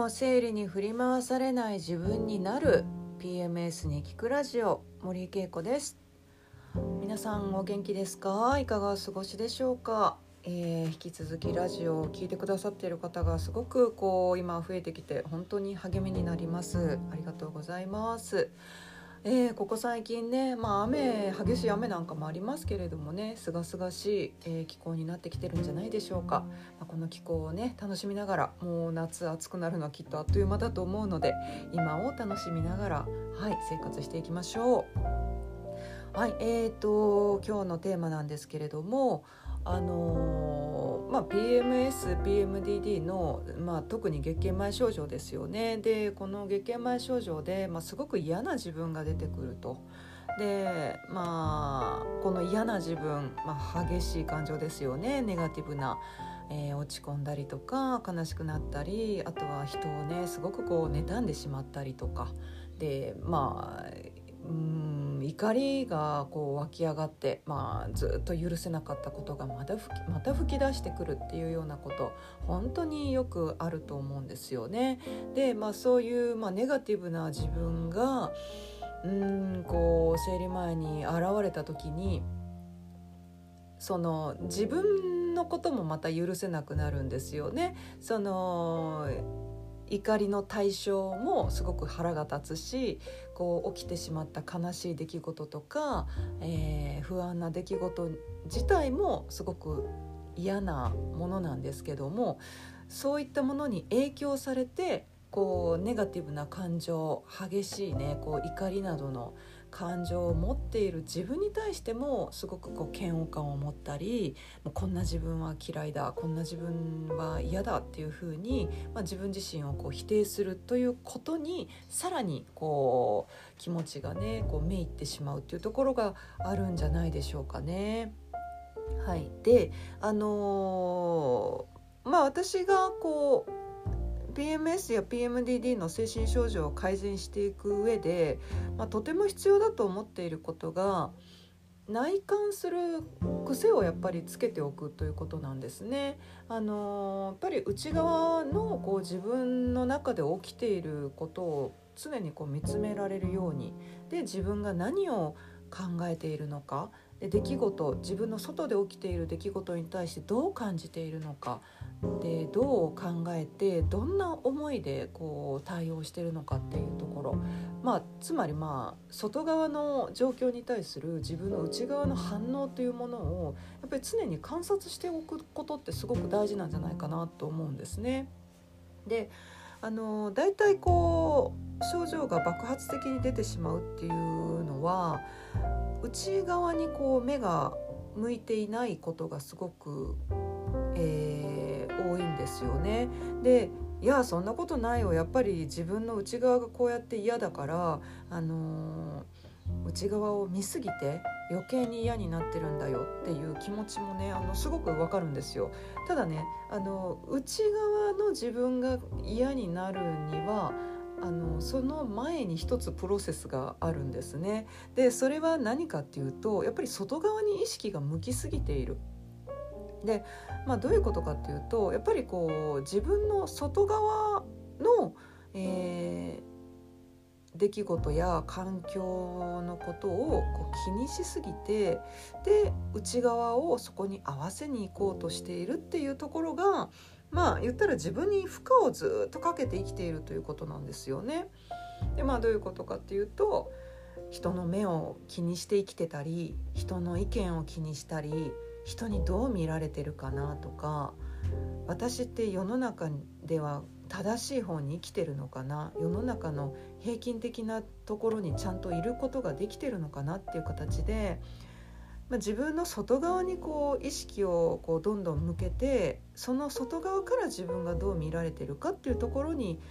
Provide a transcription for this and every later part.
も生理に振り回されない自分になる PMS に聞くラジオ、森恵子です。皆さんお元気ですか？いかがお過ごしでしょうか？引き続きラジオを聞いてくださっている方がすごく今増えてきて本当に励みになります。ありがとうございます。ここ最近ね、激しい雨なんかもありますけれどもね、すがすがしい、気候になってきてるんじゃないでしょうか。この気候をね楽しみながら、もう夏暑くなるのはきっとあっという間だと思うので、今を楽しみながら、生活していきましょう。今日のテーマなんですけれども、PMS、PMDD の、特に月経前症状ですよね。で、この月経前症状で、すごく嫌な自分が出てくると。で、この嫌な自分、激しい感情ですよね。ネガティブな、落ち込んだりとか悲しくなったり、あとは人をねすごく妬んでしまったりとかで、怒りが湧き上がって、ずっと許せなかったことがまた吹き出してくるっていうようなこと、本当によくあると思うんですよね。で、そういう、ネガティブな自分が生理前に現れた時に、その自分のこともまた許せなくなるんですよね。その怒りの対象もすごく腹が立つし、起きてしまった悲しい出来事とか、不安な出来事自体もすごく嫌なものなんですけども、そういったものに影響されてネガティブな感情、激しいね怒りなどの感情を持っている自分に対してもすごく嫌悪感を持ったり、もうこんな自分は嫌いだ、こんな自分は嫌だっていうふうに、自分自身を否定するということにさらに気持ちがねめいってしまうっていうところがあるんじゃないでしょうかね。で、私がPMS や PMDD の精神症状を改善していく上で、とても必要だと思っていることが、内観する癖をやっぱりつけておくということなんですね。やっぱり内側の自分の中で起きていることを常に見つめられるように、で自分が何を考えているのか、で自分の外で起きている出来事に対してどう感じているのか、でどう考えてどんな思いで対応しているのかっていうところ、つまり外側の状況に対する自分の内側の反応というものをやっぱり常に観察しておくことってすごく大事なんじゃないかなと思うんですね。で、だいたい症状が爆発的に出てしまうっていうのは、内側に目が向いていないことがすごく、多いんですよね。で、いやそんなことないよ、やっぱり自分の内側がこうやって嫌だから、内側を見すぎて余計に嫌になってるんだよっていう気持ちもねすごくわかるんですよ。ただね、内側の自分が嫌になるにはその前に一つプロセスがあるんですね。でそれは何かっていうと、やっぱり外側に意識が向きすぎている。で、どういうことかっていうと、やっぱり自分の外側の、出来事や環境のことを気にしすぎて、で内側をそこに合わせに行こうとしているっていうところが、言ったら自分に負荷をずっとかけて生きているということなんですよね。で、どういうことかっていうと、人の目を気にして生きてたり、人の意見を気にしたり、人にどう見られてるかなとか、私って世の中では正しい方に生きてるのかな、世の中の平均的なところにちゃんといることができてるのかなっていう形で、自分の外側に意識をどんどん向けて、その外側から自分がどう見られてるかっていうところに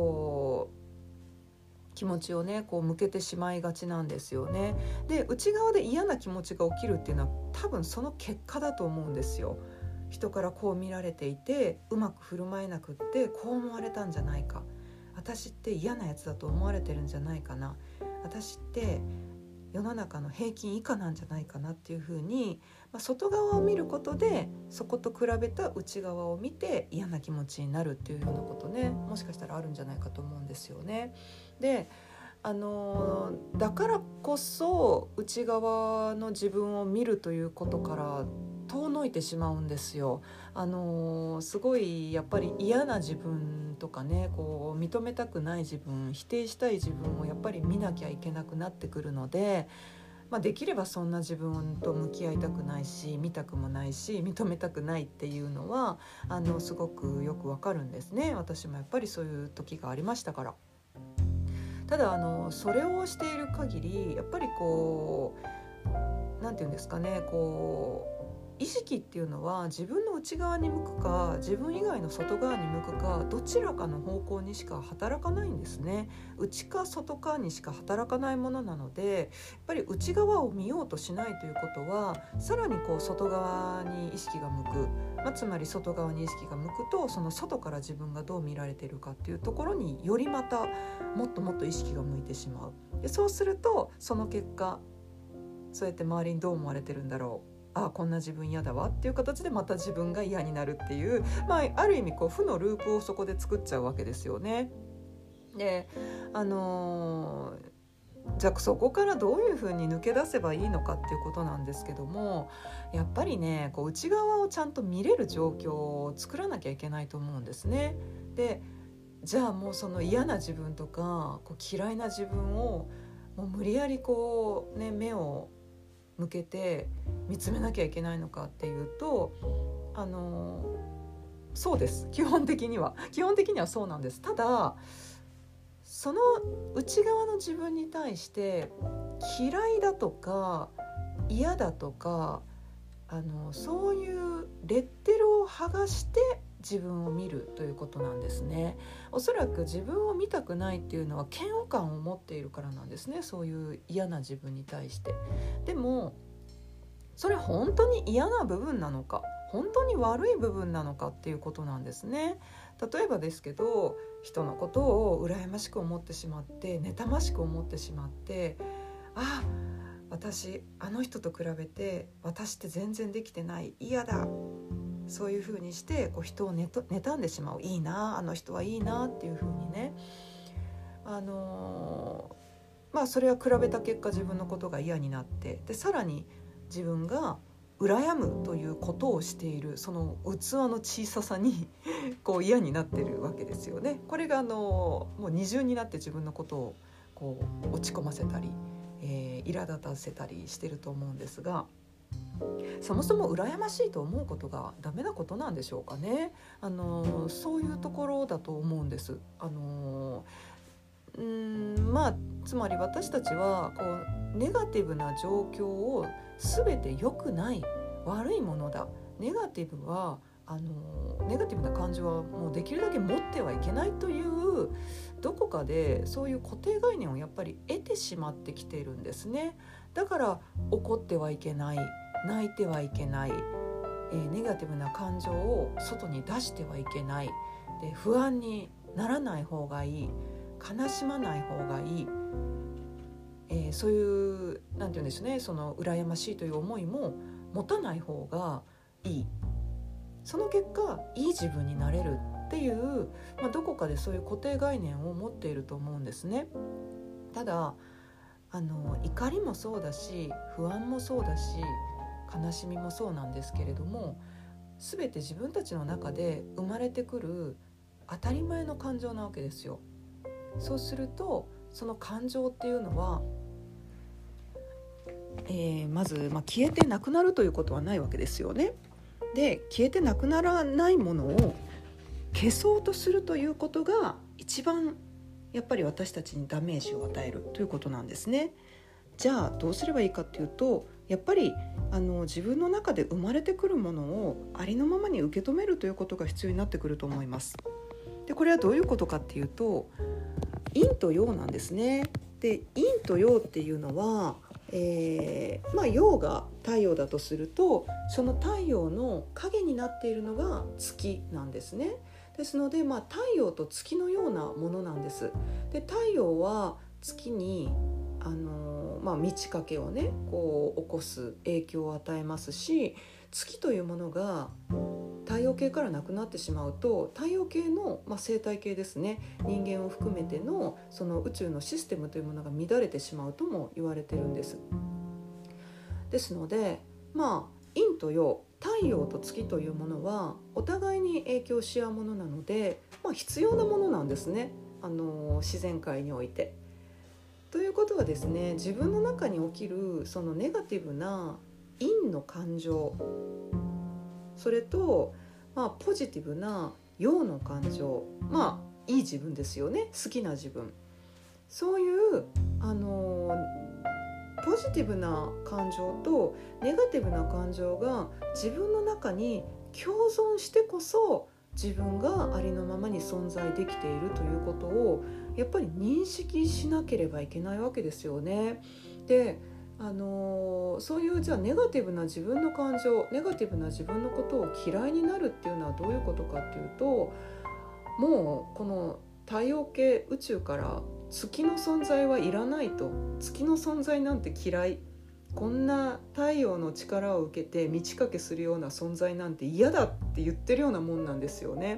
気持ちをね向けてしまいがちなんですよね。で、内側で嫌な気持ちが起きるっていうのは多分その結果だと思うんですよ。人からこう見られていてうまく振る舞えなくってこう思われたんじゃないか、私って嫌なやつだと思われてるんじゃないかな、私って世の中の平均以下なんじゃないかなっていうふうに、外側を見ることでそこと比べた内側を見て嫌な気持ちになるっていうようなことね、もしかしたらあるんじゃないかと思うんですよね。でだからこそ内側の自分を見るということから遠のいてしまうんですよ。すごいやっぱり嫌な自分とかね、こう認めたくない自分、否定したい自分をやっぱり見なきゃいけなくなってくるので、できればそんな自分と向き合いたくないし、見たくもないし、認めたくないっていうのはすごくよくわかるんですね。私もやっぱりそういう時がありましたから。ただそれをしている限りやっぱりこうなんていうんですかね、こう意識っていうのは自分の内側に向くか自分以外の外側に向くかどちらかの方向にしか働かないんですね。内か外かにしか働かないものなので、やっぱり内側を見ようとしないということはさらにこう外側に意識が向く、つまり外側に意識が向くとその外から自分がどう見られているかっていうところによりまたもっともっと意識が向いてしまう。でそうするとその結果そうやって周りにどう思われてるんだろう、こんな自分嫌だわっていう形でまた自分が嫌になるっていう、ある意味こう負のループをそこで作っちゃうわけですよね。でじゃあそこからどういうふうに抜け出せばいいのかっていうことなんですけども、やっぱりねこう内側をちゃんと見れる状況を作らなきゃいけないと思うんですね。でじゃあもうその嫌な自分とかこう嫌いな自分をもう無理やりこうね目を向けて見つめなきゃいけないのかっていうとそうです。基本的にはそうなんです。ただその内側の自分に対して嫌いだとか嫌だとかそういうレッテルを剥がして自分を見るということなんですね。おそらく自分を見たくないっていうのは嫌悪感を持っているからなんですね。そういう嫌な自分に対して。でもそれ本当に嫌な部分なのか本当に悪い部分なのかっていうことなんですね。例えばですけど人のことを羨ましく思ってしまって妬ましく思ってしまって、私あの人と比べて私って全然できてない、嫌だ、そういう風にしてこう人を妬んでしまう。いいなあの人はいいなっていう風にね、それは比べた結果自分のことが嫌になって、でさらに自分が羨むということをしているその器の小ささにこう嫌になってるわけですよね。これがもう二重になって自分のことをこう落ち込ませたり、苛立たせたりしてると思うんですが、そもそも羨ましいと思うことがダメなことなんでしょうかね。そういうところだと思うんです。つまり私たちはこうネガティブな状況を全て良くない悪いものだ、ネガティブな感情はもうできるだけ持ってはいけないというどこかでそういう固定概念をやっぱり得てしまってきているんですね。だから怒ってはいけない、泣いてはいけない、ネガティブな感情を外に出してはいけない、で不安にならない方がいい、悲しまない方がいい、そういうなんていうんですね、その羨ましいという思いも持たない方がいい、その結果いい自分になれるっていう、どこかでそういう固定概念を持っていると思うんですね。ただ怒りもそうだし不安もそうだし悲しみもそうなんですけれども、全て自分たちの中で生まれてくる当たり前の感情なわけですよ。そうするとその感情っていうのは、まず、消えてなくなるということはないわけですよね。で消えてなくならないものを消そうとするということが一番やっぱり私たちにダメージを与えるということなんですね。じゃあどうすればいいかっていうと、やっぱり自分の中で生まれてくるものをありのままに受け止めるということが必要になってくると思います。でこれはどういうことかっていうと、陰と陽なんですね。で陰と陽っていうのは、陽が太陽だとすると、その太陽の影になっているのが月なんですね。ですので、太陽と月のようなものなんです。で太陽は月に満ち欠けをねこう起こす影響を与えますし、月というものが太陽系からなくなってしまうと太陽系の、生態系ですね、人間を含めてのその宇宙のシステムというものが乱れてしまうとも言われてるんです。ですので陰と陽、太陽と月というものはお互いに影響し合うものなので、必要なものなんですね、自然界において。ということはですね、自分の中に起きるそのネガティブな陰の感情、それと、ポジティブな陽の感情、いい自分ですよね、好きな自分、そういうポジティブな感情とネガティブな感情が自分の中に共存してこそ自分がありのままに存在できているということをやっぱり認識しなければいけないわけですよね。で、そういうじゃあネガティブな自分の感情、ネガティブな自分のことを嫌いになるっていうのはどういうことかっていうと、もうこの太陽系宇宙から月の存在はいらないと、月の存在なんて嫌い、こんな太陽の力を受けて満ち欠けするような存在なんて嫌だって言ってるようなもんなんですよね。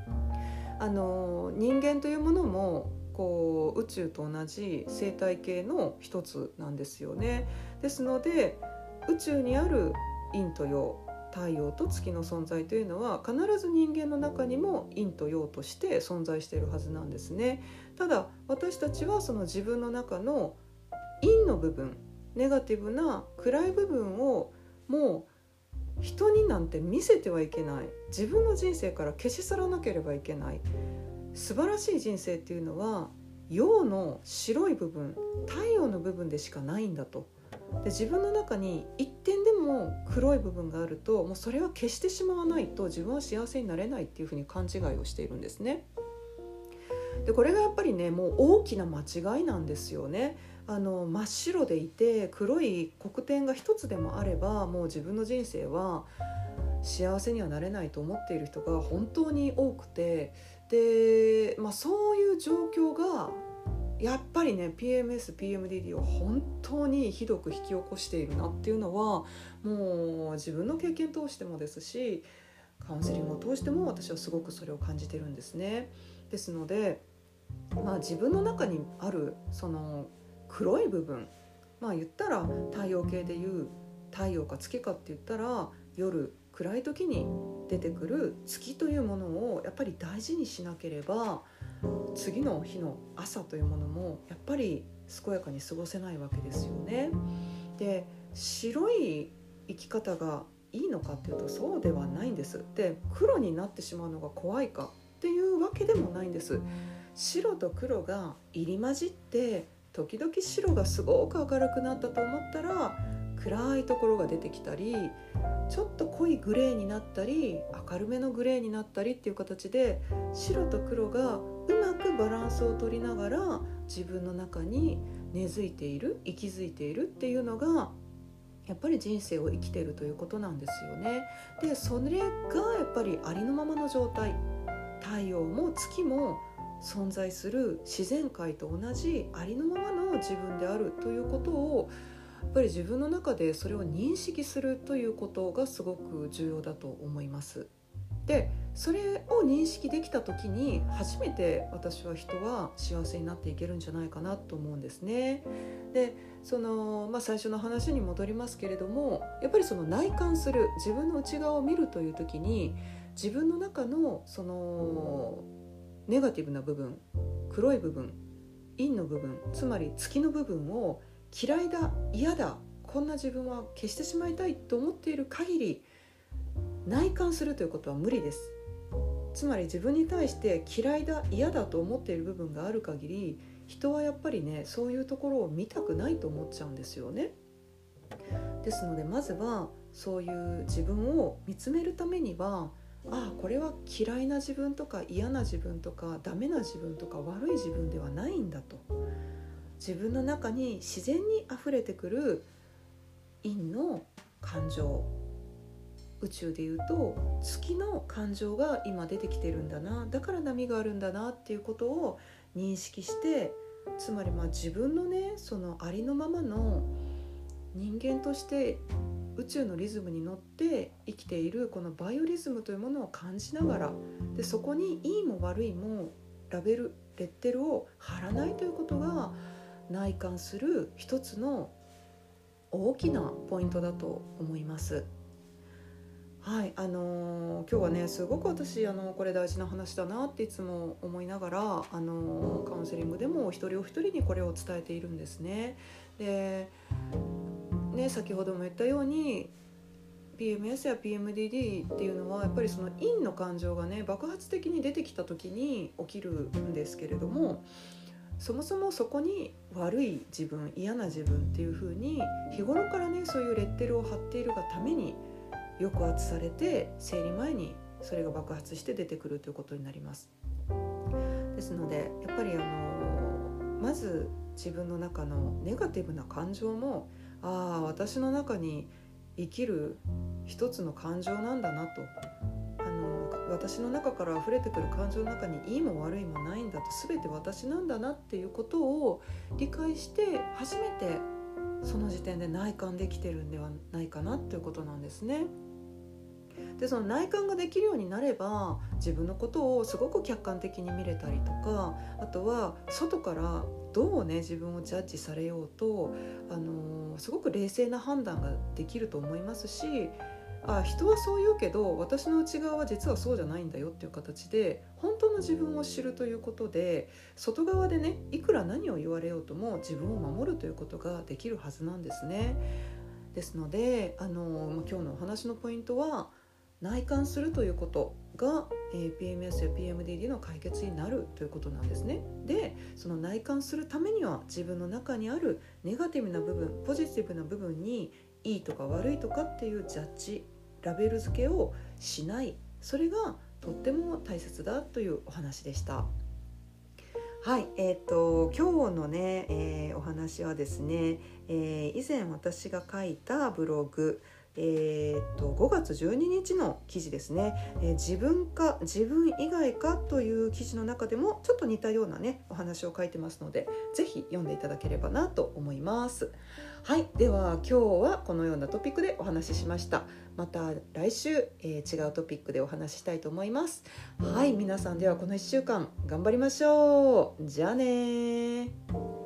人間というものもこう宇宙と同じ生態系の一つなんですよね。ですので宇宙にある陰と陽、太陽と月の存在というのは必ず人間の中にも陰と陽として存在しているはずなんですね。ただ私たちはその自分の中の陰の部分、ネガティブな暗い部分をもう人になんて見せてはいけない、自分の人生から消し去らなければいけない。素晴らしい人生っていうのは陽の白い部分、太陽の部分でしかないんだと。で自分の中に一点でも黒い部分があるともうそれは消してしまわないと自分は幸せになれないっていうふうに勘違いをしているんですね。でこれがやっぱりねもう大きな間違いなんですよね。真っ白でいて黒い黒点が一つでもあればもう自分の人生は幸せにはなれないと思っている人が本当に多くて、で、そういう状況がやっぱりね PMS、PMDD を本当にひどく引き起こしているなっていうのはもう自分の経験通してもですし、カウンセリングを通しても私はすごくそれを感じてるんですね。ですので、自分の中にあるその黒い部分、言ったら太陽系でいう太陽か月かって言ったら夜暗い時に出てくる月というものをやっぱり大事にしなければ次の日の朝というものもやっぱり健やかに過ごせないわけですよね。で、白い生き方がいいのかっていうとそうではないんです。で、黒になってしまうのが怖いかっていうわけでもないんです。白と黒が入り混じって時々白がすごく明るくなったと思ったら暗いところが出てきたり、ちょっと濃いグレーになったり明るめのグレーになったりっていう形で白と黒がうまくバランスを取りながら自分の中に根付いている、息づいているっていうのがやっぱり人生を生きているということなんですよね。で、それがやっぱりありのままの状態、太陽も月も存在する自然界と同じありのままの自分であるということをやっぱり自分の中でそれを認識するということがすごく重要だと思います。で、それを認識できた時に初めて私は人は幸せになっていけるんじゃないかなと思うんですね。で、最初の話に戻りますけれども、やっぱりその内観する、自分の内側を見るという時に自分の中のそのネガティブな部分、黒い部分、陰の部分、つまり月の部分を嫌いだ、嫌だ、こんな自分は消してしまいたいと思っている限り内観するということは無理です。つまり自分に対して嫌いだ、嫌だと思っている部分がある限り人はやっぱりねそういうところを見たくないと思っちゃうんですよね。ですのでまずはそういう自分を見つめるためにはこれは嫌いな自分とか嫌な自分とかダメな自分とか悪い自分ではないんだと、自分の中に自然に溢れてくる陰の感情、宇宙でいうと月の感情が今出てきてるんだな、だから波があるんだなっていうことを認識して、 つまり自分のねそのありのままの人間として宇宙のリズムに乗って生きているこのバイオリズムというものを感じながら、でそこにいいも悪いもレッテルを貼らないということが内観する一つの大きなポイントだと思います。はい、今日はねすごく私これ大事な話だなっていつも思いながらカウンセリングでもお一人お一人にこれを伝えているんですね。でね、先ほども言ったように PMS や PMDD っていうのはやっぱりその陰の感情がね爆発的に出てきた時に起きるんですけれども、そもそもそこに悪い自分、嫌な自分っていう風に日頃からねそういうレッテルを貼っているがために抑圧されて生理前にそれが爆発して出てくるということになります。ですのでやっぱりまず自分の中のネガティブな感情も私の中に生きる一つの感情なんだなと、私の中から溢れてくる感情の中にいいも悪いもないんだと、全て私なんだなっていうことを理解して初めてその時点で内観できてるんではないかなということなんですね。でその内観ができるようになれば自分のことをすごく客観的に見れたりとか、あとは外からどうね自分をジャッジされようと、すごく冷静な判断ができると思いますし、人はそう言うけど私の内側は実はそうじゃないんだよっていう形で本当の自分を知るということで、外側でねいくら何を言われようとも自分を守るということができるはずなんですね。ですので今日のお話のポイントは内観するということが、PMS や PMDD の解決になるということなんですね。でその内観するためには自分の中にあるネガティブな部分、ポジティブな部分にいいとか悪いとかっていうジャッジ、ラベル付けをしない、それがとっても大切だというお話でした。はい、今日のね、お話はですね、以前私が書いたブログ、5月12日の記事ですね、自分か自分以外かという記事の中でもちょっと似たようなねお話を書いてますので、ぜひ読んでいただければなと思います。はい、では今日はこのようなトピックでお話ししました。また来週、違うトピックでお話ししたいと思います。はい、皆さんではこの1週間頑張りましょう。じゃあね。